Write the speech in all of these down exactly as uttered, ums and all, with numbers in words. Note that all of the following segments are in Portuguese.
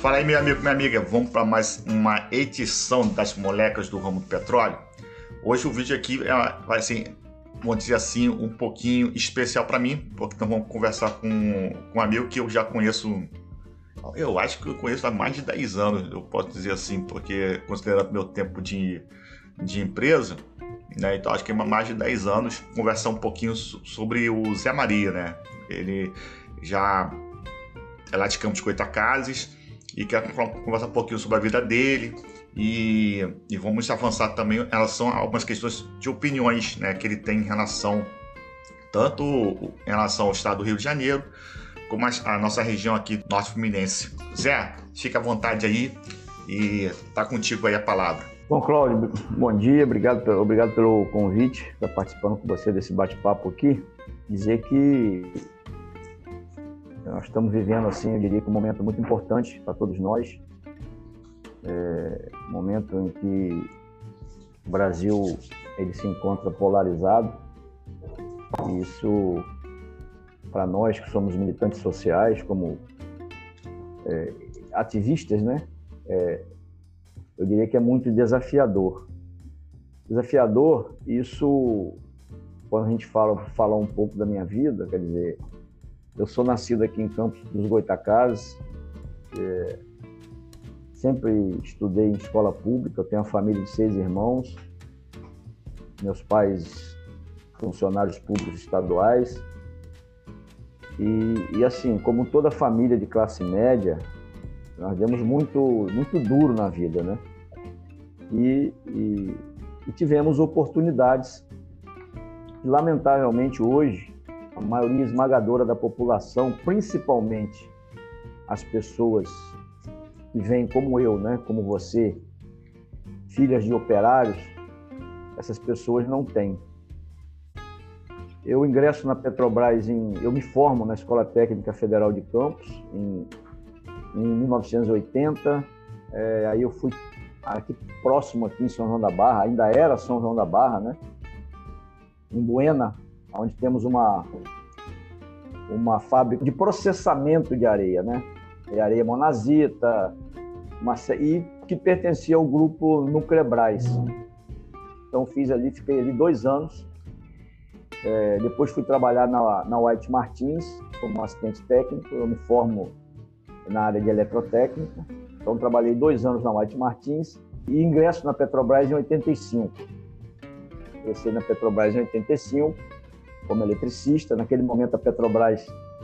Fala aí, meu amigo, minha amiga, vamos para mais uma edição das molecas do ramo do petróleo. Hoje o vídeo aqui é, vai ser, vamos dizer assim, um pouquinho especial para mim, porque nós vamos conversar com, com um amigo que eu já conheço, eu acho que eu conheço há mais de dez anos, eu posso dizer assim, porque considerando meu tempo de, de empresa, né, então acho que é mais de dez anos, conversar um pouquinho sobre o Zé Maria, né? Ele já é lá de Campos de Goytacazes, e quero conversar um pouquinho sobre a vida dele e, e vamos avançar também em relação a algumas questões de opiniões, né, que ele tem em relação tanto em relação ao estado do Rio de Janeiro como a nossa região aqui, Norte Fluminense. Zé, fica à vontade aí e tá contigo aí a palavra. Bom, Cláudio, bom dia, obrigado, obrigado pelo convite, estar participando com você desse bate-papo aqui. Dizer que nós estamos vivendo, assim, eu diria que um momento muito importante para todos nós. É um momento em que o Brasil ele se encontra polarizado. E isso, para nós que somos militantes sociais, como é, ativistas, né? É, eu diria que é muito desafiador. Desafiador, isso, quando a gente fala, fala um pouco da minha vida, quer dizer, eu sou nascido aqui em Campos dos Goytacazes, é, sempre estudei em escola pública, eu tenho uma família de seis irmãos, meus pais funcionários públicos estaduais, e, e assim, como toda família de classe média, nós demos muito, muito duro na vida, né? E, e, e tivemos oportunidades que, lamentavelmente, hoje, a maioria esmagadora da população, principalmente as pessoas que vêm como eu, né, como você, filhas de operários, essas pessoas não têm. Eu ingresso na Petrobras, em, eu me formo na Escola Técnica Federal de Campos em, em mil novecentos e oitenta, é, aí eu fui aqui próximo aqui em São João da Barra, ainda era São João da Barra, né, em Buena, onde temos uma, uma fábrica de processamento de areia, né? De areia monazita, uma, e que pertencia ao grupo Nuclebras. Então fiz ali, fiquei ali dois anos. É, depois fui trabalhar na, na White Martins como assistente técnico. Eu me formo na área de eletrotécnica. Então trabalhei dois anos na White Martins e ingresso na Petrobras em oitenta e cinco. Comecei na Petrobras em oitenta e cinco. Como eletricista. Naquele momento a Petrobras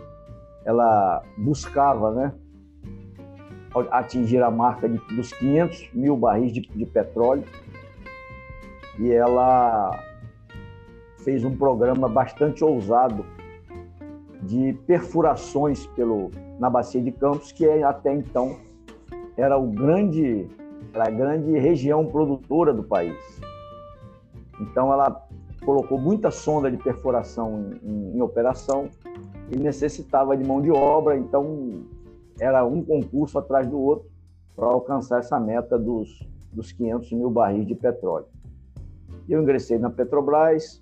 ela buscava, né, atingir a marca de, dos quinhentos mil barris de, de petróleo, e ela fez um programa bastante ousado de perfurações pelo, na Bacia de Campos, que até então era, o grande, era a grande região produtora do país. Então ela colocou muita sonda de perfuração em, em, em operação e necessitava de mão de obra, então era um concurso atrás do outro para alcançar essa meta dos, dos quinhentos mil barris de petróleo. Eu ingressei na Petrobras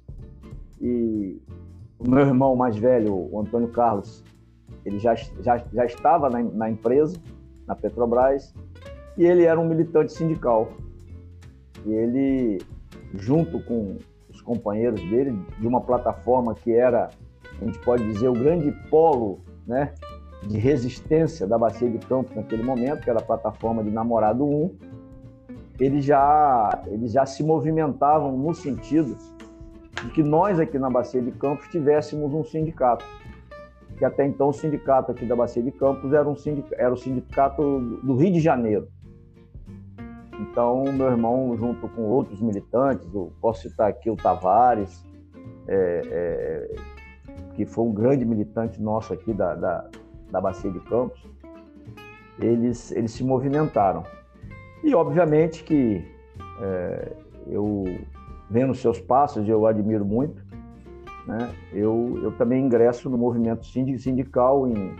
e o meu irmão mais velho, o Antônio Carlos, ele já, já, já estava na, na empresa, na Petrobras, e ele era um militante sindical. E ele, junto com os companheiros dele, de uma plataforma que era, a gente pode dizer, o grande polo, né, de resistência da Bacia de Campos naquele momento, que era a plataforma de Namorado um, eles já, eles já se movimentavam no sentido de que nós aqui na Bacia de Campos tivéssemos um sindicato, que até então o sindicato aqui da Bacia de Campos era, um sindicato, era o sindicato do Rio de Janeiro. Então, meu irmão, junto com outros militantes, eu posso citar aqui o Tavares, é, é, que foi um grande militante nosso aqui da, da, da Bacia de Campos, eles, eles se movimentaram. E, obviamente, que é, eu, vendo seus passos, eu admiro muito, né? eu, eu também ingresso no movimento sindical em,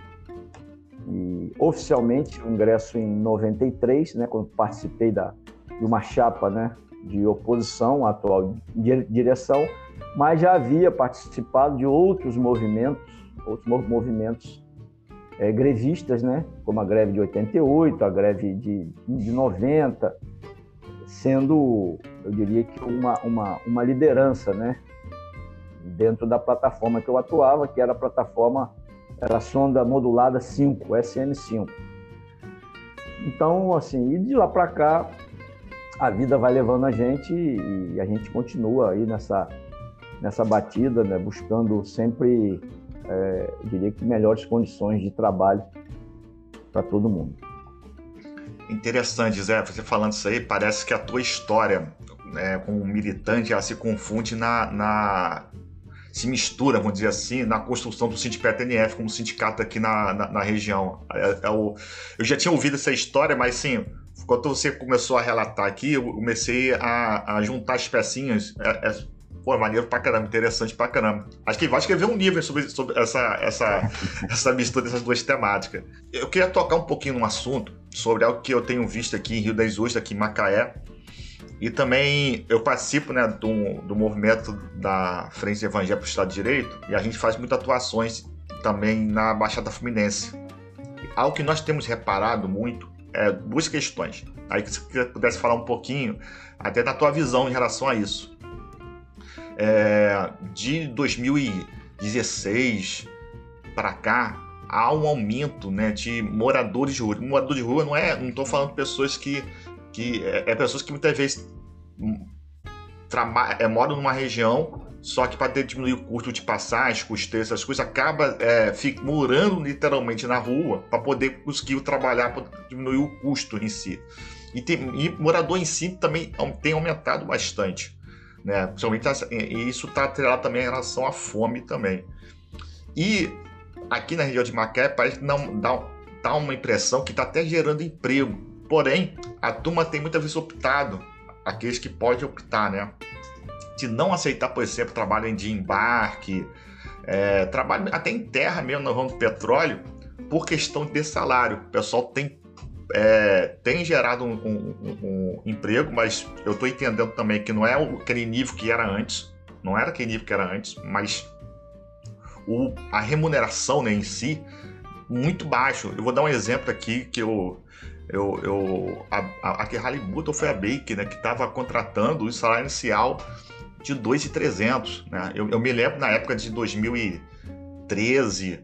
e, oficialmente, eu ingresso em noventa e três, né, quando participei da, de uma chapa, né, de oposição à atual direção, mas já havia participado de outros movimentos, outros movimentos é, grevistas, né? Como a greve de oitenta e oito, a greve de, de noventa, sendo, eu diria que uma, uma, uma liderança, né? Dentro da plataforma que eu atuava, que era a plataforma, era a sonda modulada cinco, S M cinco. Então, assim, e de lá para cá, a vida vai levando a gente e a gente continua aí nessa, nessa batida, né? Buscando sempre, é, eu diria que, melhores condições de trabalho para todo mundo. Interessante, Zé, você falando isso aí, parece que a tua história, né, como militante, ela se confunde na, na... se mistura, vamos dizer assim, na construção do Sindicato N F como sindicato aqui na, na, na região. É, é o... Eu já tinha ouvido essa história, mas sim, quando você começou a relatar aqui, eu comecei a, a juntar as pecinhas. É, é, pô, maneiro pra caramba, interessante pra caramba. Acho que vai escrever um livro sobre, sobre essa, essa, essa mistura dessas duas temáticas. Eu queria tocar um pouquinho num assunto sobre algo que eu tenho visto aqui em Rio das Ostras, aqui em Macaé. E também eu participo, né, do, do movimento da Frente Evangélica para o Estado de Direito, e a gente faz muitas atuações também na Baixada Fluminense. Algo que nós temos reparado muito é duas questões. Aí que você pudesse falar um pouquinho, até da tua visão em relação a isso. É, de dois mil e dezesseis para cá, há um aumento, né, de moradores de rua. Morador de rua não é, não estou falando de pessoas que que é, é pessoas que muitas vezes é, moram numa região, só que para diminuir o custo de passagem, custeio, essas coisas, acaba é, fica, morando literalmente na rua para poder conseguir trabalhar, para diminuir o custo em si. E, tem, e morador em si também tem aumentado bastante, né? Principalmente, e isso está atrelado também em relação à fome também. E aqui na região de Macaé parece que não dá, dá uma impressão que está até gerando emprego. Porém, a turma tem muitas vezes optado, aqueles que podem optar, né, de não aceitar, por exemplo, trabalho de embarque, é, trabalho até em terra mesmo no ramo do petróleo, por questão de salário. O pessoal tem, é, tem gerado um, um, um, um emprego, mas eu estou entendendo também que não é aquele nível que era antes, não era aquele nível que era antes, mas o, a remuneração, né, em si, muito baixo. Eu vou dar um exemplo aqui que eu... Eu, eu, a, a, a Halliburton foi a Baker, né, que estava contratando o salário inicial de dois mil e trezentos. Né? Eu, eu me lembro na época de dois mil e treze,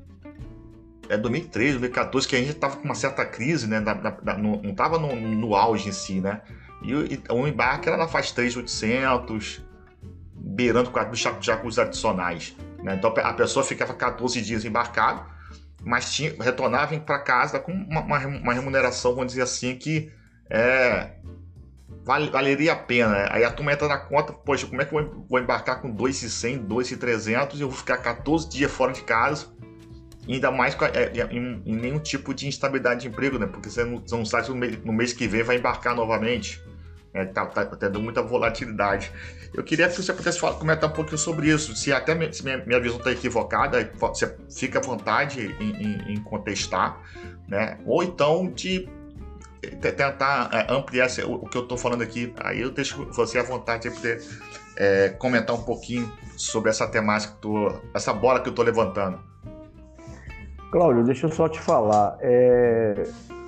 é dois mil e treze, dois mil e quatorze, que a gente estava com uma certa crise, né, da, da, da, no, não estava no, no auge em si, né? E, e o embarque era na faixa três mil e oitocentos, beirando quatro mil jacuzzi adicionais. Né? Então a pessoa ficava quatorze dias embarcado, mas tinha, retornava para casa com uma, uma remuneração, vamos dizer assim, que é, vale, valeria a pena. Né? Aí a turma entra na conta, poxa, como é que eu vou, vou embarcar com dois mil e cem, dois mil e trezentos e eu vou ficar quatorze dias fora de casa, ainda mais com, é, em, em nenhum tipo de instabilidade de emprego, né? Porque você não, você não sabe se no mês, no mês que vem vai embarcar novamente. É, tá, tá tendo muita volatilidade. Eu queria que você pudesse falar, comentar um pouquinho sobre isso. Se até minha, se minha, minha visão está equivocada, você fica à vontade em, em, em contestar, né? Ou então de tentar é, ampliar o, o que eu estou falando aqui. Aí eu deixo você à vontade de poder é, comentar um pouquinho sobre essa temática, tô, essa bola que eu estou levantando. Cláudio, deixa eu só te falar. É...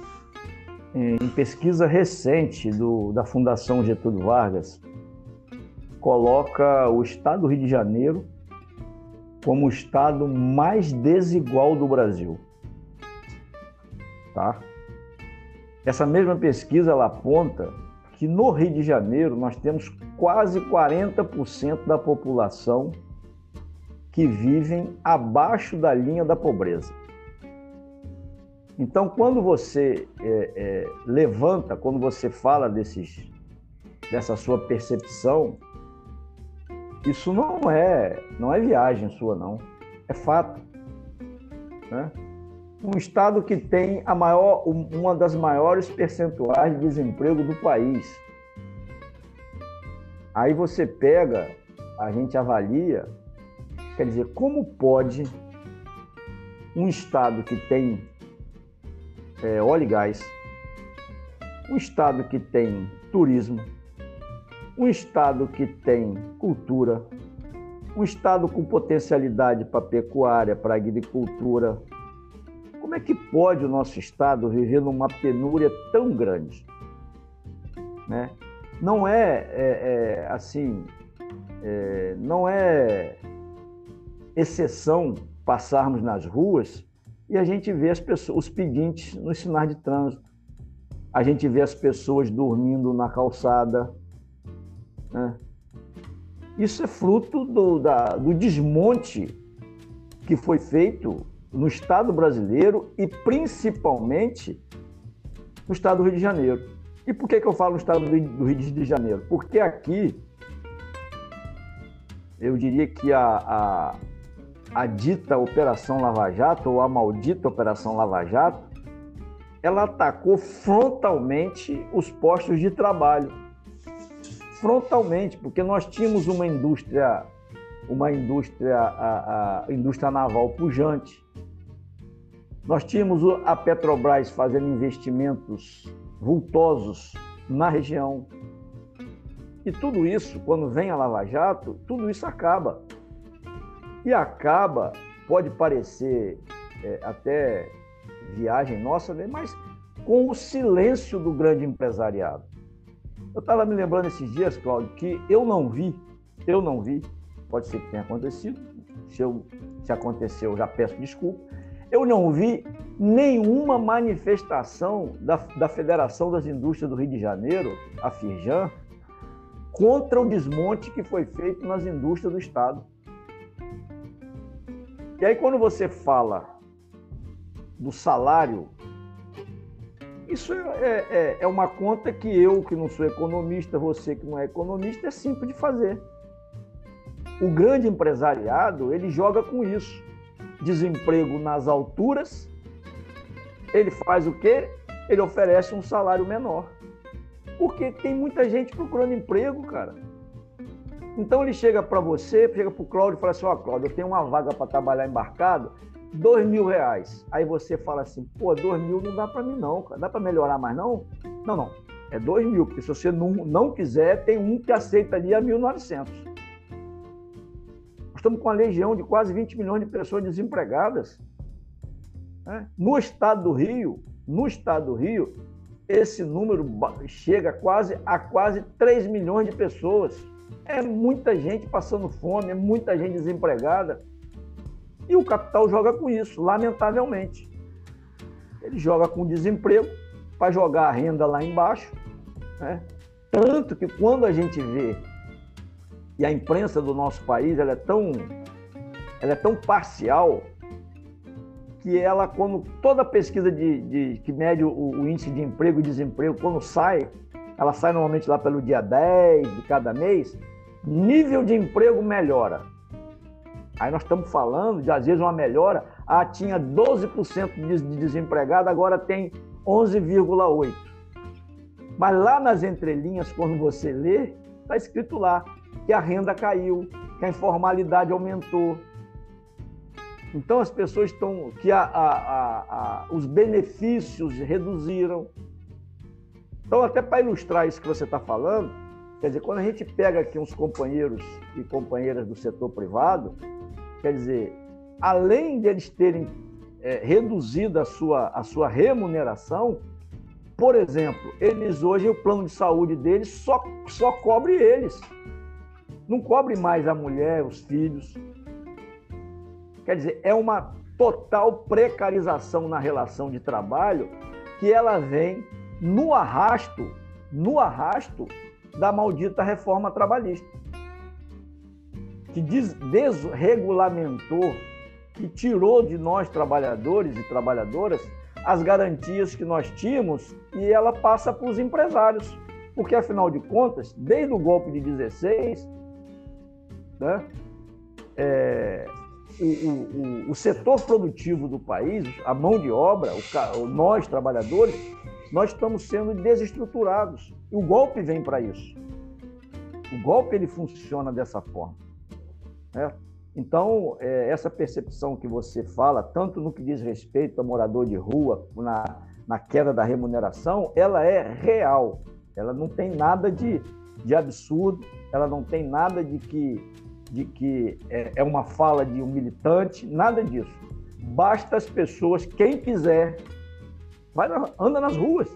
Em pesquisa recente do, da Fundação Getúlio Vargas, coloca o estado do Rio de Janeiro como o estado mais desigual do Brasil. Tá? Essa mesma pesquisa ela aponta que no Rio de Janeiro nós temos quase quarenta por cento da população que vivem abaixo da linha da pobreza. Então, quando você é, é, levanta, quando você fala desses, dessa sua percepção, isso não é, não é viagem sua, não. É fato. Né? Um estado que tem a maior, uma das maiores percentuais de desemprego do país. Aí você pega, a gente avalia, quer dizer, como pode um estado que tem É, óleo e gás, um estado que tem turismo, um estado que tem cultura, um estado com potencialidade para pecuária, para agricultura. é que pode o nosso Estado viver numa penúria tão grande? Né? Não é, é, é assim, é, não é exceção passarmos nas ruas e a gente vê as pessoas, os pedintes nos sinais de trânsito. A gente vê as pessoas dormindo na calçada. Né? Isso é fruto do, da, do desmonte que foi feito no Estado brasileiro e principalmente no Estado do Rio de Janeiro. E por que que eu falo no Estado do Rio de Janeiro? Porque aqui, eu diria que a, a, a dita Operação Lava Jato, ou a maldita Operação Lava Jato, ela atacou frontalmente os postos de trabalho. Frontalmente, porque nós tínhamos uma indústria, uma indústria, a, a indústria naval pujante. Nós tínhamos a Petrobras fazendo investimentos vultosos na região. E tudo isso, quando vem a Lava Jato, tudo isso acaba. E acaba, pode parecer é, até viagem nossa, né? Mas com o silêncio do grande empresariado. Eu estava me lembrando esses dias, Cláudio, que eu não vi, eu não vi, pode ser que tenha acontecido, se, eu, se aconteceu, eu já peço desculpa, eu não vi nenhuma manifestação da, da Federação das Indústrias do Rio de Janeiro, a Firjan, contra o desmonte que foi feito nas indústrias do Estado. E aí, quando você fala do salário, isso é, é, é uma conta que eu, que não sou economista, você que não é economista, é simples de fazer. O grande empresariado, ele joga com isso. Desemprego nas alturas, ele faz o quê? Ele oferece um salário menor. Porque tem muita gente procurando emprego, cara. Então ele chega para você, chega para o Cláudio e fala assim, ó, oh, Cláudio, eu tenho uma vaga para trabalhar embarcado, dois mil reais. Aí você fala assim, pô, dois mil não dá para mim não, cara. Dá para melhorar mais não? Não, não. É dois mil, porque se você não, não quiser, tem um que aceita ali a mil e novecentos. Nós estamos com uma legião de quase vinte milhões de pessoas desempregadas. Né? No estado do Rio, no estado do Rio, esse número chega quase a quase três milhões de pessoas. É muita gente passando fome, é muita gente desempregada. E o capital joga com isso, lamentavelmente. Ele joga com desemprego para jogar a renda lá embaixo. Né? Tanto que quando a gente vê, e a imprensa do nosso país ela é tão, ela é tão parcial, que ela, quando toda pesquisa de, de, que mede o, o índice de emprego e desemprego, quando sai, ela sai normalmente lá pelo dia dez de cada mês, nível de emprego melhora. Aí nós estamos falando de, às vezes, uma melhora, ah, tinha doze por cento de desempregado, agora tem onze vírgula oito por cento. Mas lá nas entrelinhas, quando você lê, está escrito lá que a renda caiu, que a informalidade aumentou. Então as pessoas estão, que a, a, a, a, os benefícios reduziram. Então, até para ilustrar isso que você está falando, quer dizer, quando a gente pega aqui uns companheiros e companheiras do setor privado, quer dizer, além de eles terem é, reduzido a sua, a sua remuneração, por exemplo, eles hoje, o plano de saúde deles só, só cobre eles. Não cobre mais a mulher, os filhos. Quer dizer, é uma total precarização na relação de trabalho que ela vem no arrasto, no arrasto da maldita reforma trabalhista, que des- desregulamentou, que tirou de nós trabalhadores e trabalhadoras as garantias que nós tínhamos e ela passa para os empresários. Porque, afinal de contas, desde o golpe de dezesseis, né, é, o, o, o setor produtivo do país, a mão de obra, o, nós trabalhadores, nós estamos sendo desestruturados. E o golpe vem para isso. O golpe ele funciona dessa forma. Né? Então, é, essa percepção que você fala, tanto no que diz respeito a morador de rua, na, na queda da remuneração, ela é real. Ela não tem nada de, de absurdo, ela não tem nada de que, de que é, é uma fala de um militante, nada disso. Basta as pessoas, quem quiser, vai na, anda nas ruas,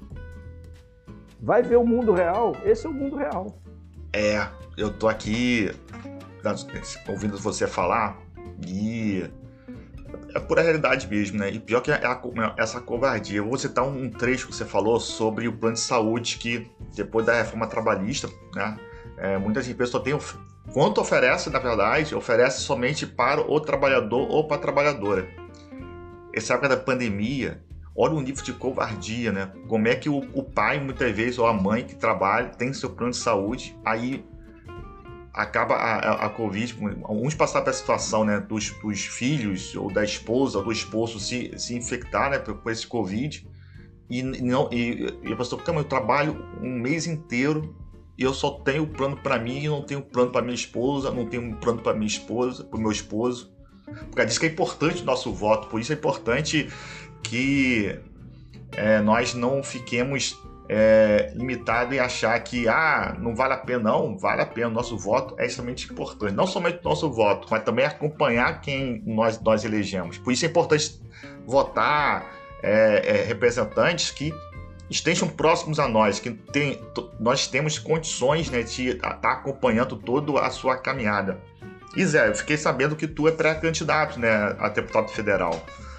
vai ver o mundo real. Esse é o mundo real. É, eu tô aqui ouvindo você falar e é pura realidade mesmo, né? E pior que é a, essa covardia. Eu vou citar um trecho que você falou sobre o plano de saúde que, depois da reforma trabalhista, né, é, muitas empresas só têm... Quanto oferece, na verdade, oferece somente para o trabalhador ou para a trabalhadora. Essa época da pandemia, olha o nível de covardia, né? Como é que o, o pai, muitas vezes, ou a mãe que trabalha, tem seu plano de saúde, aí acaba a, a, a Covid, uns passaram pela situação, né, dos, dos filhos, ou da esposa, ou do esposo se, se infectar, né, com esse Covid, e, não, e, e a pessoa fica, eu trabalho um mês inteiro e eu só tenho plano para mim, não tenho plano para minha esposa, não tenho plano para minha esposa, para o meu esposo. Porque diz que é importante o nosso voto, por isso é importante que é, nós não fiquemos é, limitados em achar que ah, não vale a pena. Não, vale a pena, o nosso voto é extremamente importante. Não somente o nosso voto, mas também acompanhar quem nós, nós elegemos. Por isso é importante votar é, é, representantes que estejam próximos a nós, que tem, nós temos condições, né, de estar tá acompanhando toda a sua caminhada. E Zé, eu fiquei sabendo que tu é pré-candidato, né, a deputado federal.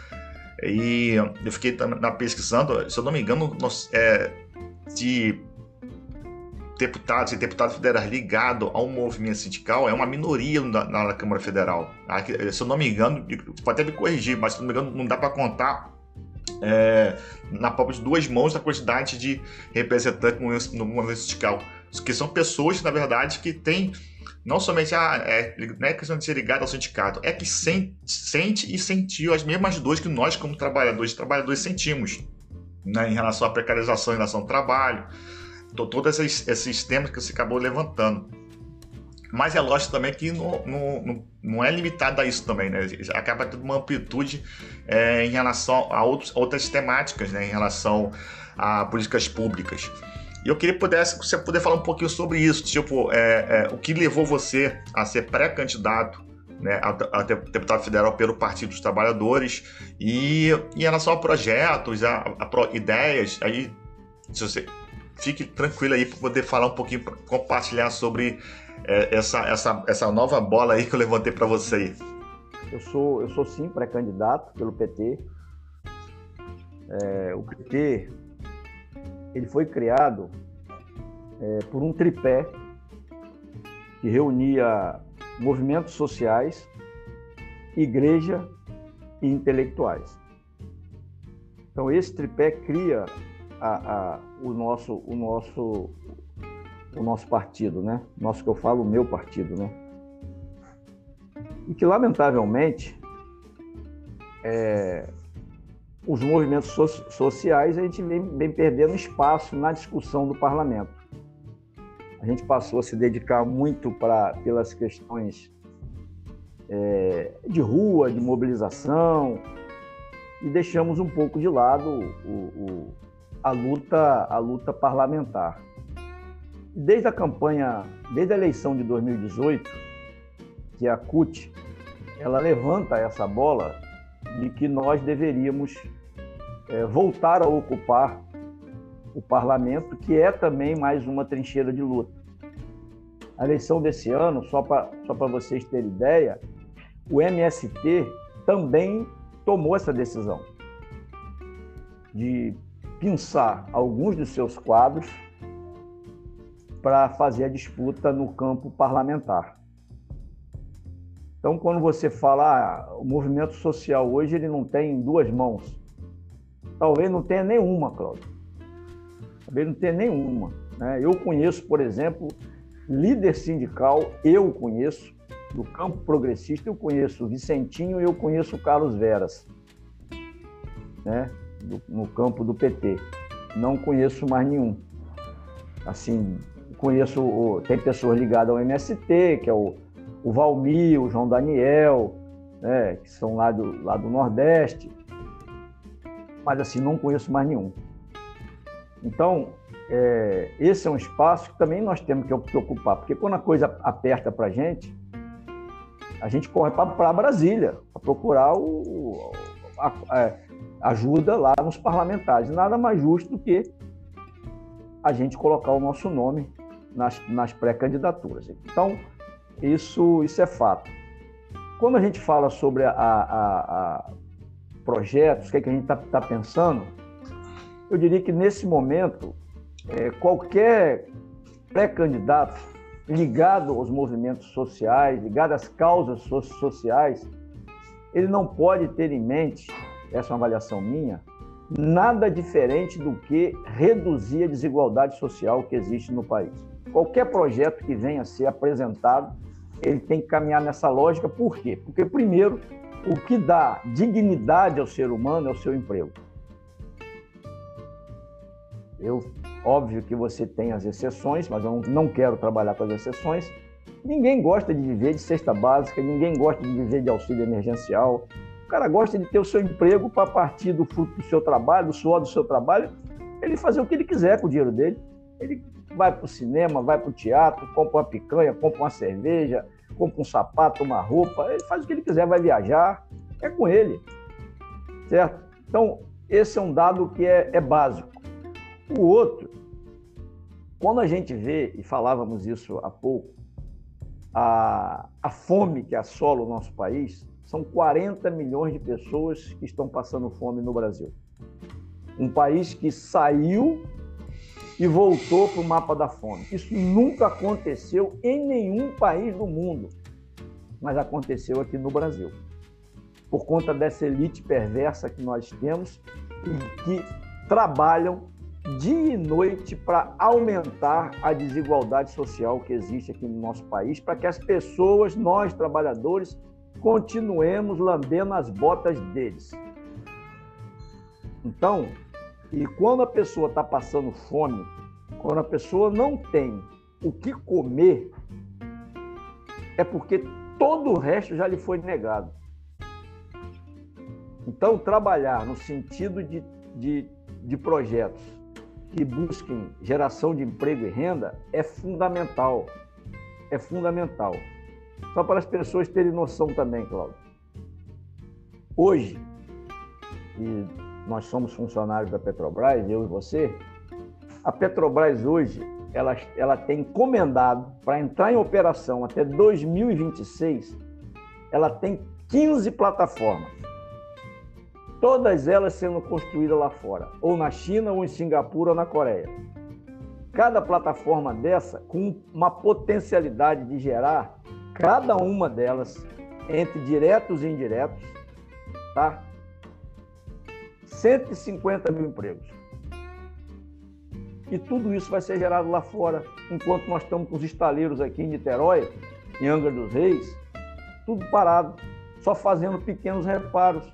E eu fiquei na, pesquisando, se eu não me engano, nós, é, de deputados e deputados federais ligados ao movimento sindical é uma minoria na, na Câmara Federal. Se eu não me engano, pode até me corrigir, mas se eu não me engano, não dá para contar É, na palma de duas mãos a quantidade de representantes no movimento sindical, que são pessoas, na verdade, que têm não somente a, é, não é questão de ser ligado ao sindicato, é que sente, sente e sentiu as mesmas dores que nós, como trabalhadores e trabalhadores, sentimos, né, em relação à precarização, em relação ao trabalho, todos esses, esses temas que você acabou levantando. Mas é lógico também que não, não, não é limitado a isso também, né? Acaba tendo uma amplitude é, em relação a outros, outras temáticas, né? Em relação a políticas públicas. E eu queria que pudesse, você puder falar um pouquinho sobre isso, tipo, é, é, o que levou você a ser pré-candidato, né, a, a deputado federal pelo Partido dos Trabalhadores, e, e em relação a projetos, a, a, a ideias, aí, se você fique tranquilo aí para poder falar um pouquinho, compartilhar sobre é, essa, essa, essa nova bola aí que eu levantei para você aí. Eu sou, eu sou sim pré-candidato pelo P T. É, o P T ele foi criado é, por um tripé que reunia movimentos sociais, igreja e intelectuais. Então esse tripé cria a, a, o, nosso, o, nosso, o nosso partido, né? Nosso que eu falo, o meu partido, né? E que lamentavelmente é, os movimentos so sociais a gente vem, vem perdendo espaço na discussão do parlamento. A gente passou a se dedicar muito pra, pelas questões é, de rua, de mobilização, e deixamos um pouco de lado o, o, a, luta, a luta parlamentar. Desde a campanha, desde a eleição de dois mil e dezoito, que a C U T ela levanta essa bola de que nós deveríamos é, voltar a ocupar o parlamento, que é também mais uma trincheira de luta. A eleição desse ano, só para só para vocês terem ideia, o M S T também tomou essa decisão de pinçar alguns dos seus quadros para fazer a disputa no campo parlamentar. Então, quando você fala, ah, o movimento social hoje ele não tem duas mãos, talvez não tenha nenhuma, Cláudio. Talvez não tenha nenhuma, né? Eu conheço, por exemplo, líder sindical, eu conheço, do campo progressista, eu conheço o Vicentinho e eu conheço o Carlos Veras, né? Do, no campo do P T. Não conheço mais nenhum. Assim, conheço, o, tem pessoas ligadas ao M S T, que é o o Valmir, o João Daniel, né, que são lá do, lá do Nordeste, mas assim, não conheço mais nenhum. Então, é, esse é um espaço que também nós temos que ocupar, porque quando a coisa aperta para a gente, a gente corre para Brasília, para procurar o, a, a ajuda lá nos parlamentares. Nada mais justo do que a gente colocar o nosso nome nas, nas pré-candidaturas. Então, isso, isso é fato. Quando a gente fala sobre a, a, a projetos, o que, é que a gente está tá pensando, eu diria que nesse momento, é, qualquer pré-candidato ligado aos movimentos sociais, ligado às causas so- sociais, ele não pode ter em mente, essa é uma avaliação minha, nada diferente do que reduzir a desigualdade social que existe no país. Qualquer projeto que venha a ser apresentado, ele tem que caminhar nessa lógica. Por quê? Porque, primeiro, o que dá dignidade ao ser humano é o seu emprego. Eu, óbvio que você tem as exceções, mas eu não quero trabalhar com as exceções. Ninguém gosta de viver de cesta básica, ninguém gosta de viver de auxílio emergencial. O cara gosta de ter o seu emprego para partir do fruto do seu trabalho, do suor do seu trabalho, ele fazer o que ele quiser com o dinheiro dele. Ele vai para o cinema, vai para o teatro, compra uma picanha, compra uma cerveja, compra um sapato, uma roupa, ele faz o que ele quiser, vai viajar, é com ele, certo? Então, esse é um dado que é, é básico. O outro, quando a gente vê, e falávamos isso há pouco, a, a fome que assola o nosso país, são quarenta milhões de pessoas que estão passando fome no Brasil. Um país que saiu e voltou para o mapa da fome. Isso nunca aconteceu em nenhum país do mundo, mas aconteceu aqui no Brasil, por conta dessa elite perversa que nós temos e que trabalham dia e noite para aumentar a desigualdade social que existe aqui no nosso país, para que as pessoas, nós trabalhadores, continuemos lambendo as botas deles. Então, e quando a pessoa está passando fome, quando a pessoa não tem o que comer, é porque todo o resto já lhe foi negado. Então, trabalhar no sentido de, de, de projetos que busquem geração de emprego e renda é fundamental. É fundamental. Só para as pessoas terem noção também, Cláudio. Hoje, e nós somos funcionários da Petrobras, eu e você, a Petrobras hoje, ela, ela tem encomendado, para entrar em operação até dois mil e vinte e seis, ela tem quinze plataformas. Todas elas sendo construídas lá fora, ou na China, ou em Singapura, ou na Coreia. Cada plataforma dessa, com uma potencialidade de gerar, cada uma delas, entre diretos e indiretos, tá? cento e cinquenta mil empregos. E tudo isso vai ser gerado lá fora, enquanto nós estamos com os estaleiros aqui em Niterói, em Angra dos Reis, tudo parado, só fazendo pequenos reparos.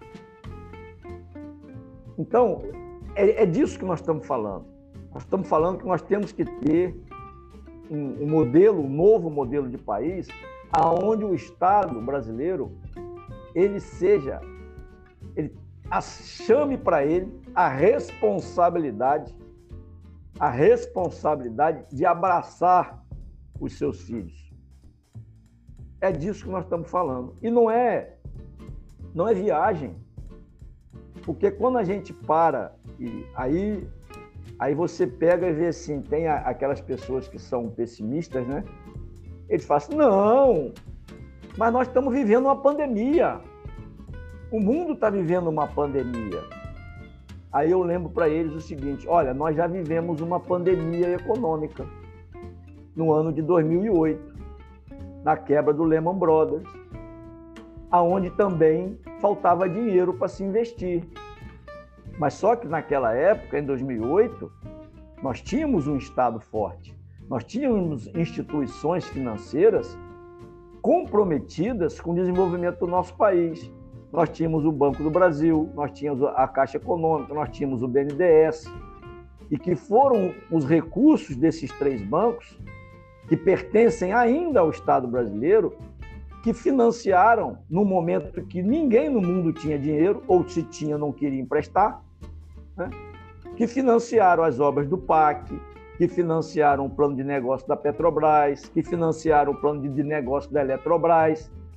Então, é, é disso que nós estamos falando. Nós estamos falando que nós temos que ter um, um modelo, um novo modelo de país, aonde o Estado brasileiro, ele seja, ele chame para ele a responsabilidade, a responsabilidade de abraçar os seus filhos. É disso que nós estamos falando. E não é, não é viagem. Porque quando a gente para, e aí, aí você pega e vê assim, tem a, aquelas pessoas que são pessimistas, né? Eles falam assim, não, mas nós estamos vivendo uma pandemia. O mundo está vivendo uma pandemia. Aí eu lembro para eles o seguinte, olha, nós já vivemos uma pandemia econômica no ano de dois mil e oito, na quebra do Lehman Brothers, aonde também faltava dinheiro para se investir. Mas só que naquela época, em dois mil e oito, nós tínhamos um Estado forte, nós tínhamos instituições financeiras comprometidas com o desenvolvimento do nosso país. Nós tínhamos o Banco do Brasil, nós tínhamos a Caixa Econômica, nós tínhamos o B N D E S, e que foram os recursos desses três bancos, que pertencem ainda ao Estado brasileiro, que financiaram, no momento que ninguém no mundo tinha dinheiro, ou se tinha, não queria emprestar, né? Que financiaram as obras do P A C, que financiaram o plano de negócio da Petrobras, que financiaram o plano de negócio da Eletrobras.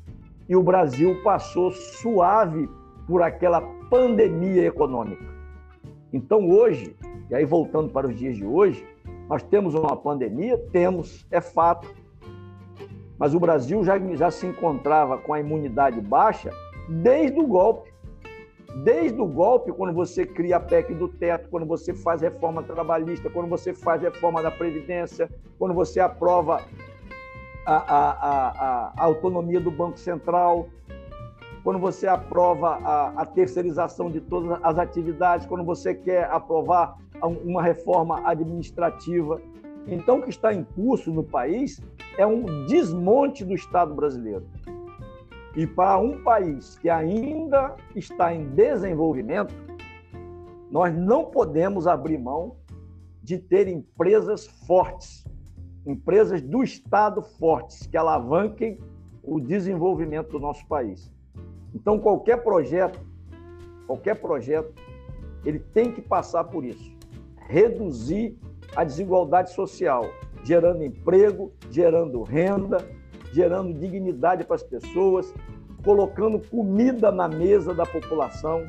e o Brasil passou suave por aquela pandemia econômica. Então hoje, e aí voltando para os dias de hoje, nós temos uma pandemia, temos, é fato, mas o Brasil já, já se encontrava com a imunidade baixa desde o golpe. Desde o golpe, quando você cria a P E C do teto, quando você faz reforma trabalhista, quando você faz reforma da Previdência, quando você aprova a, a, a, a autonomia do Banco Central, quando você aprova a, a terceirização de todas as atividades, quando você quer aprovar uma reforma administrativa. Então, o que está em curso no país é um desmonte do Estado brasileiro. E para um país que ainda está em desenvolvimento, nós não podemos abrir mão de ter empresas fortes, empresas do Estado fortes, que alavanquem o desenvolvimento do nosso país. Então, qualquer projeto, qualquer projeto, ele tem que passar por isso. Reduzir a desigualdade social, gerando emprego, gerando renda, gerando dignidade para as pessoas, colocando comida na mesa da população.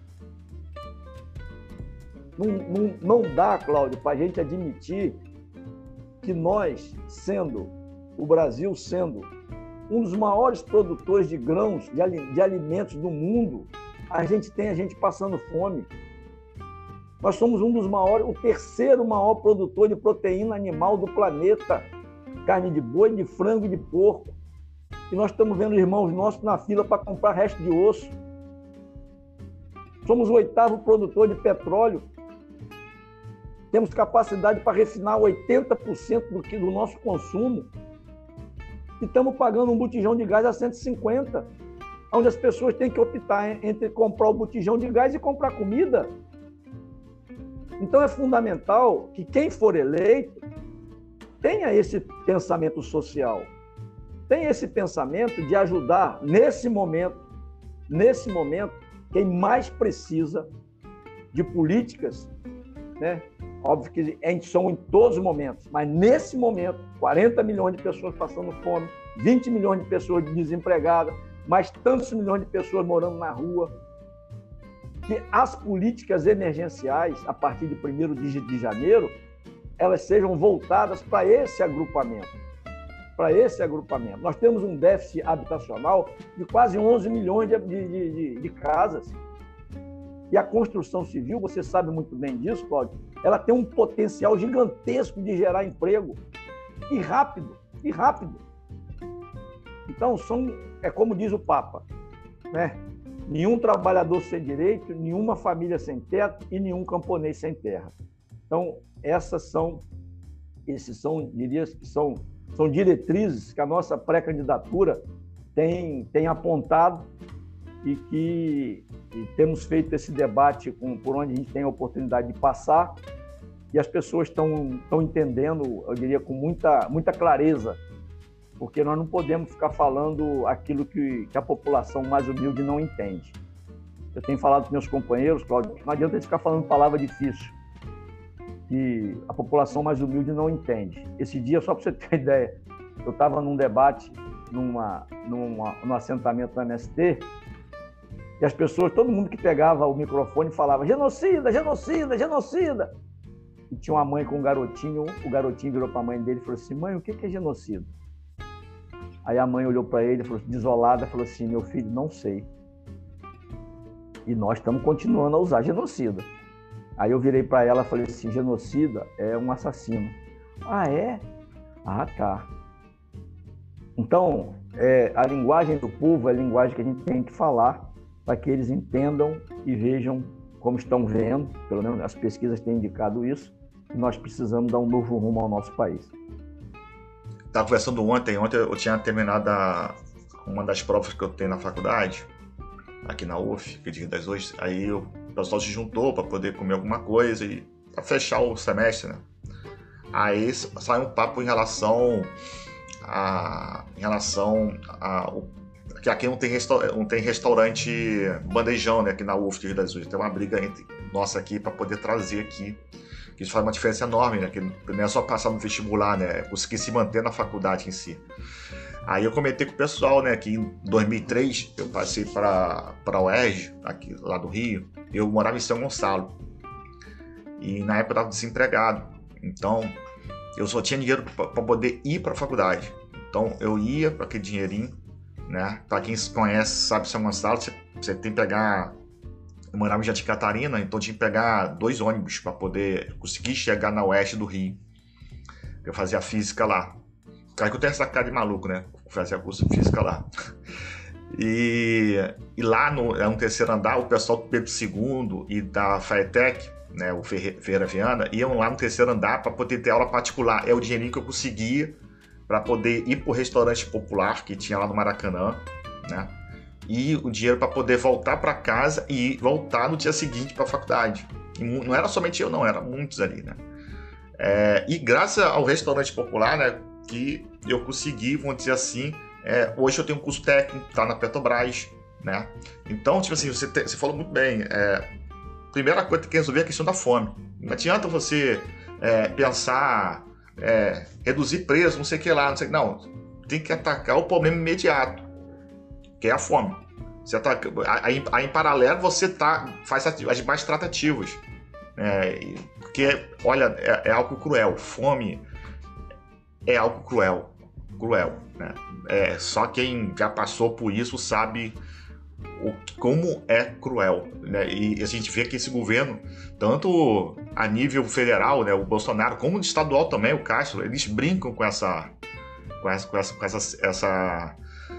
Não, não, não dá, Cláudio, para a gente admitir que nós, sendo, o Brasil sendo um dos maiores produtores de grãos, de, de alimentos do mundo, a gente tem a gente passando fome. Nós somos um dos maiores, o terceiro maior produtor de proteína animal do planeta. Carne de boi, de frango e de porco. E nós estamos vendo irmãos nossos na fila para comprar resto de osso. Somos o oitavo produtor de petróleo. Temos capacidade para refinar oitenta por cento do, que, do nosso consumo. E estamos pagando um botijão de gás a cento e cinquenta, onde as pessoas têm que optar entre comprar o botijão de gás e comprar comida. Então é fundamental que quem for eleito tenha esse pensamento social, tenha esse pensamento de ajudar nesse momento, nesse momento, quem mais precisa de políticas, né? Óbvio que são em todos os momentos, mas nesse momento, quarenta milhões de pessoas passando fome, vinte milhões de pessoas desempregadas, mais tantos milhões de pessoas morando na rua, que as políticas emergenciais, a partir de primeiro de janeiro, elas sejam voltadas para esse agrupamento, para esse agrupamento. Nós temos um déficit habitacional de quase onze milhões de, de, de, de casas. E a construção civil, você sabe muito bem disso, Cláudio, ela tem um potencial gigantesco de gerar emprego. E rápido, e rápido. Então, são, é como diz o Papa, né? Nenhum trabalhador sem direito, nenhuma família sem teto e nenhum camponês sem terra. Então, essas são, esses são, diria que são, são diretrizes que a nossa pré-candidatura tem, tem apontado e que e temos feito esse debate com, por onde a gente tem a oportunidade de passar, e as pessoas estão, estão entendendo, eu diria, com muita, muita clareza, porque nós não podemos ficar falando aquilo que, que a população mais humilde não entende. Eu tenho falado com meus companheiros, Cláudio, não adianta eles ficar falando palavra difícil, que a população mais humilde não entende. Esse dia, só para você ter uma ideia, eu estava num debate, numa, numa, num assentamento da M S T, e as pessoas, todo mundo que pegava o microfone falava genocida, genocida, genocida. E tinha uma mãe com um garotinho, o garotinho virou para a mãe dele e falou assim: mãe, o que é genocídio? Aí a mãe olhou para ele, falou, desolada, falou assim: meu filho, não sei. E nós estamos continuando a usar genocida. Aí eu virei para ela e falei assim: genocida é um assassino. Ah, é? Ah, tá. Então, é, a linguagem do povo é a linguagem que a gente tem que falar para que eles entendam e vejam como estão vendo, pelo menos as pesquisas têm indicado isso, que nós precisamos dar um novo rumo ao nosso país. Estava conversando ontem, ontem eu tinha terminado a, uma das provas que eu tenho na faculdade, aqui na U F, que é dia das hoje, aí o pessoal se juntou para poder comer alguma coisa e para fechar o semestre, né? Aí sai um papo em relação a, em relação a, o que aqui não tem, resta- não tem restaurante bandejão, né, aqui na U F de Rio das Ostras. Tem uma briga entre nossa aqui para poder trazer aqui, que isso faz uma diferença enorme, né, que não é só passar no vestibular, né, é conseguir se manter na faculdade em si. Aí eu comentei com o pessoal, né, que em dois mil e três eu passei para a U E R J, aqui, lá do Rio, eu morava em São Gonçalo. E na época eu estava desempregado. Então eu só tinha dinheiro para poder ir para a faculdade. Então eu ia para aquele dinheirinho, né? Para quem conhece, sabe, São Gonçalo, você, você tem que pegar. Eu morava em Jardim Catarina, então tinha que pegar dois ônibus para poder conseguir chegar na oeste do Rio. Eu fazia física lá. Aí que eu tenho essa cara de maluco, né? Fazia curso de física lá. E, e lá no, no terceiro andar, o pessoal do Pedro segundo e da Faetec, né, o Ferreira Viana, iam lá no terceiro andar para poder ter aula particular. É o dinheirinho que eu conseguia para poder ir para o restaurante popular que tinha lá no Maracanã, né? E o dinheiro para poder voltar para casa e voltar no dia seguinte para a faculdade. E não era somente eu, não, eram muitos ali, né? É, e graças ao restaurante popular, né, que eu consegui, vamos dizer assim, é, hoje eu tenho um curso técnico, tá na Petrobras, né? Então, tipo assim, você, te, você falou muito bem. É, primeira coisa que tem que resolver é a questão da fome. Não adianta você é, pensar, é, reduzir preço, não sei o que lá, não sei. Não, tem que atacar o problema imediato, que é a fome. Você ataca, aí, aí em paralelo você tá, faz as mais tratativas. É, porque, olha, é, é algo cruel. Fome é algo cruel. Cruel, né? É, só quem já passou por isso sabe o, como é cruel, né? E a gente vê que esse governo, tanto a nível federal, né, o Bolsonaro, como no estadual também, o Castro, eles brincam com essa, com essa, com essa, com essa, essa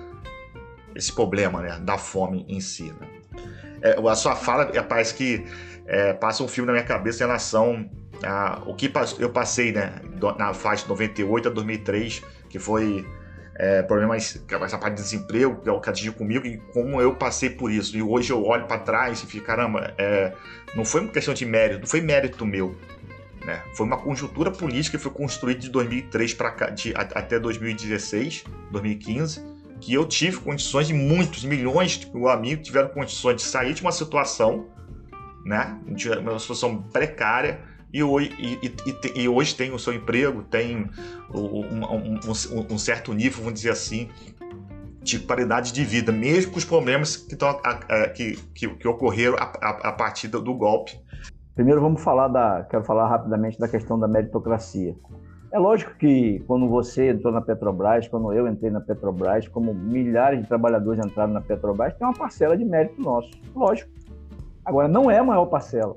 esse problema, né, da fome em si, né? É, a sua fala é, parece que é, passa um filme na minha cabeça em relação a o que eu passei, né, na fase de noventa e oito a dois mil e três, que foi é, problemas, essa parte de desemprego, que é o que atingiu comigo, e como eu passei por isso. E hoje eu olho para trás e fico, caramba, é, não foi uma questão de mérito, não foi mérito meu, né? Foi uma conjuntura política que foi construída de dois mil e três para cá, de, até dois mil e dezesseis, dois mil e quinze, que eu tive condições de muitos, milhões de tipo, amigos tiveram condições de sair de uma situação, né, de uma situação precária, e hoje, e, e, e hoje tem o seu emprego, tem um, um, um, um certo nível, vamos dizer assim, de qualidade de vida, mesmo com os problemas que, tão, que, que, que ocorreram a, a, a partir do, do golpe. Primeiro vamos falar da, quero falar rapidamente da questão da meritocracia. É lógico que quando você entrou na Petrobras, quando eu entrei na Petrobras, como milhares de trabalhadores entraram na Petrobras, tem uma parcela de mérito nosso, lógico. Agora, não é a maior parcela.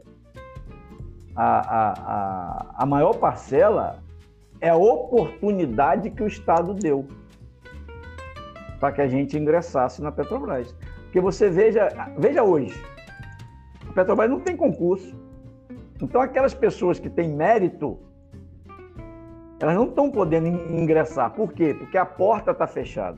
A, a, a, a maior parcela é a oportunidade que o Estado deu para que a gente ingressasse na Petrobras. Porque você veja, veja hoje, a Petrobras não tem concurso. Então, aquelas pessoas que têm mérito, elas não estão podendo ingressar. Por quê? Porque a porta está fechada.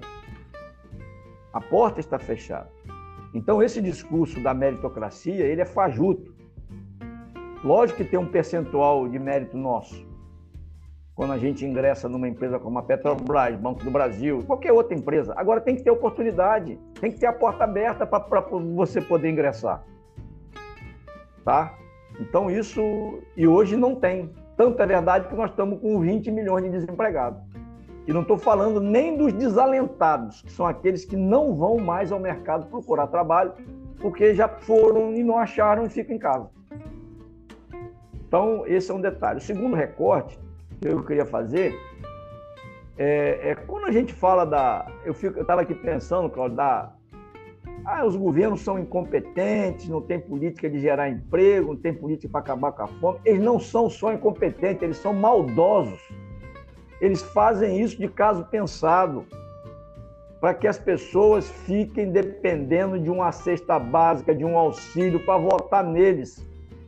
A porta está fechada. Então, esse discurso da meritocracia, ele é fajuto. Lógico que tem um percentual de mérito nosso. Quando a gente ingressa numa empresa como a Petrobras, Banco do Brasil, qualquer outra empresa. Agora tem que ter oportunidade, tem que ter a porta aberta para você poder ingressar. Tá? Então, isso... E hoje não tem. Tanto é verdade que nós estamos com vinte milhões de desempregados. E não estou falando nem dos desalentados, que são aqueles que não vão mais ao mercado procurar trabalho, porque já foram e não acharam e ficam em casa. Então, esse é um detalhe. O segundo recorte que eu queria fazer é, é quando a gente fala da... Eu estava aqui pensando, Cláudio, da... Ah, os governos são incompetentes, não tem política de gerar emprego, não tem política para acabar com a fome. Eles não são só incompetentes, eles são maldosos. Eles fazem isso de caso pensado, para que as pessoas fiquem dependendo de uma cesta básica, de um auxílio para votar neles.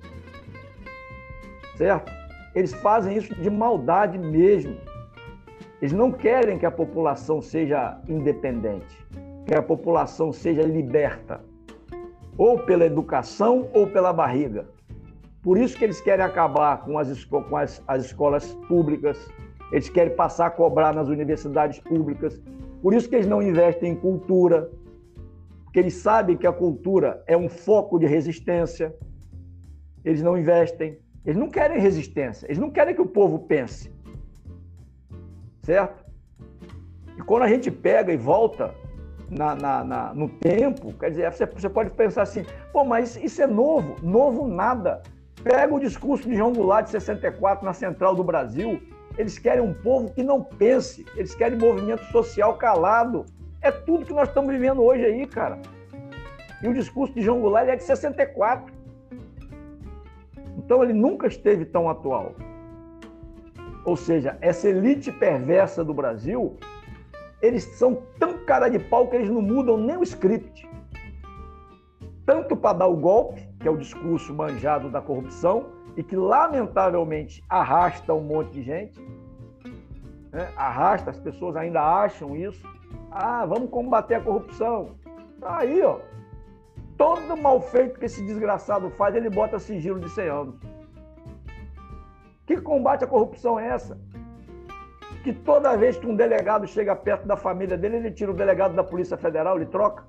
Certo? Eles fazem isso de maldade mesmo. Eles não querem que a população seja independente, que a população seja liberta, ou pela educação ou pela barriga. Por isso que eles querem acabar com as, esco- com as, as escolas públicas, eles querem passar a cobrar nas universidades públicas. Por isso que eles não investem em cultura, porque eles sabem que a cultura é um foco de resistência. Eles não investem. Eles não querem resistência. Eles não querem que o povo pense. Certo? E quando a gente pega e volta na, na, na, no tempo, quer dizer, você, você pode pensar assim, pô, mas isso é novo? Novo nada. Pega o discurso de João Goulart de sessenta e quatro na Central do Brasil, eles querem um povo que não pense, eles querem movimento social calado. É tudo que nós estamos vivendo hoje aí, cara. E o discurso de João Goulart é de sessenta e quatro. Então ele nunca esteve tão atual. Ou seja, essa elite perversa do Brasil, eles são tão cara de pau que eles não mudam nem o script. Tanto para dar o golpe, que é o discurso manjado da corrupção, e que lamentavelmente arrasta um monte de gente, né? Arrasta, as pessoas ainda acham isso. Ah, vamos combater a corrupção. Tá aí, ó. Todo mal feito que esse desgraçado faz, ele bota sigilo de cem anos. Que combate à corrupção é essa? Que toda vez que um delegado chega perto da família dele, ele tira o delegado da Polícia Federal, ele troca?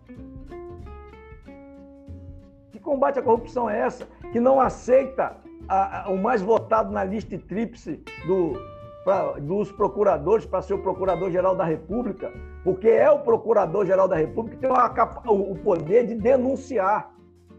Que combate à corrupção é essa? Que não aceita a, a, o mais votado na lista tríplice do, pra, dos procuradores para ser o Procurador-Geral da República, porque é o Procurador-Geral da República que tem uma, o poder de denunciar.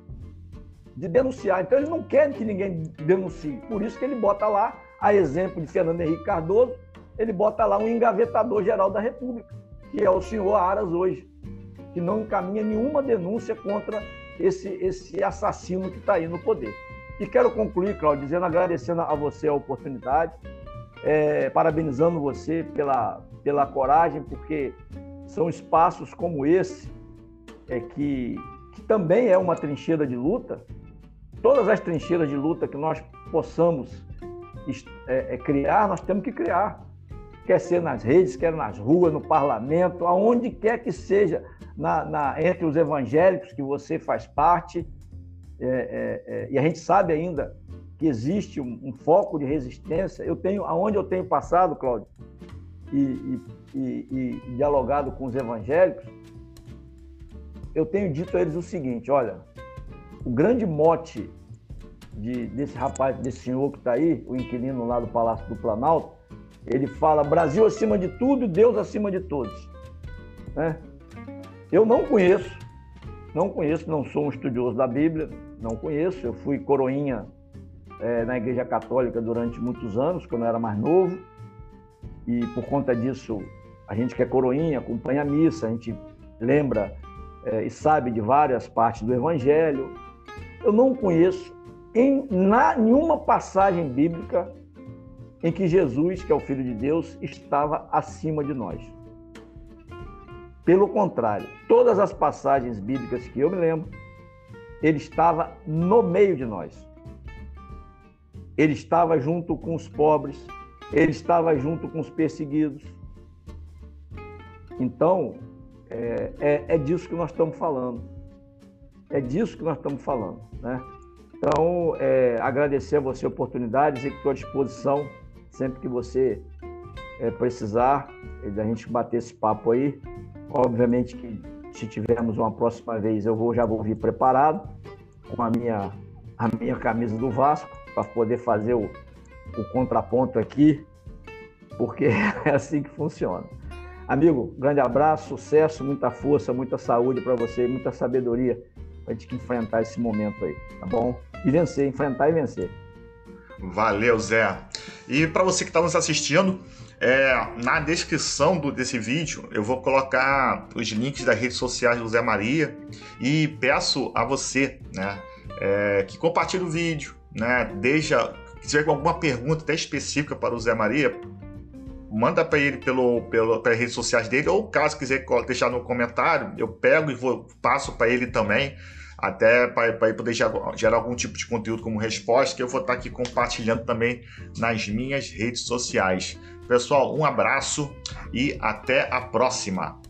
De denunciar. Então, eles não querem que ninguém denuncie. Por isso que ele bota lá, a exemplo de Fernando Henrique Cardoso, ele bota lá um engavetador-geral da República, que é o senhor Aras hoje, que não encaminha nenhuma denúncia contra esse, esse assassino que está aí no poder. E quero concluir, Cláudio, dizendo, agradecendo a você a oportunidade, é, parabenizando você pela, pela coragem, porque são espaços como esse, é, que, que também é uma trincheira de luta. Todas as trincheiras de luta que nós possamos é, é, criar, nós temos que criar. Quer ser nas redes, quer nas ruas, no parlamento, aonde quer que seja, na, na, entre os evangélicos que você faz parte. É, é, é, e a gente sabe ainda que existe um, um foco de resistência. Eu tenho, aonde eu tenho passado, Cláudio, e, e, e, e dialogado com os evangélicos, eu tenho dito a eles o seguinte: olha, o grande mote de, desse rapaz, desse senhor que está aí, o inquilino lá do Palácio do Planalto, ele fala Brasil acima de tudo e Deus acima de todos. Né? Eu não conheço, não conheço, não sou um estudioso da Bíblia, não conheço. Eu fui coroinha é, na Igreja Católica durante muitos anos, quando eu era mais novo, e por conta disso, a gente que é coroinha acompanha a missa, a gente lembra é, e sabe de várias partes do Evangelho. Eu não conheço em na, nenhuma passagem bíblica em que Jesus, que é o Filho de Deus, estava acima de nós. Pelo contrário, todas as passagens bíblicas que eu me lembro, ele estava no meio de nós. Ele estava junto com os pobres, ele estava junto com os perseguidos. Então, é, é, é disso que nós estamos falando. É disso que nós estamos falando, né? Então, é, agradecer a você a oportunidade, dizer que estou à disposição sempre que você é, precisar, da gente bater esse papo aí. Obviamente que se tivermos uma próxima vez, eu vou, já vou vir preparado com a minha, a minha camisa do Vasco, para poder fazer o, o contraponto aqui, porque é assim que funciona. Amigo, grande abraço, sucesso, muita força, muita saúde para você, muita sabedoria para a gente enfrentar esse momento aí, tá bom? E vencer, enfrentar e vencer. Valeu, Zé. E para você que está nos assistindo, é, na descrição do, desse vídeo eu vou colocar os links das redes sociais do Zé Maria e peço a você, né, é, que compartilhe o vídeo, né, deixa, se tiver alguma pergunta até específica para o Zé Maria, manda para ele pelo, pelo, pelas redes sociais dele, ou caso quiser deixar no comentário, eu pego e vou, passo para ele também, até para poder gerar, gerar algum tipo de conteúdo como resposta, que eu vou estar aqui compartilhando também nas minhas redes sociais. Pessoal, um abraço e até a próxima!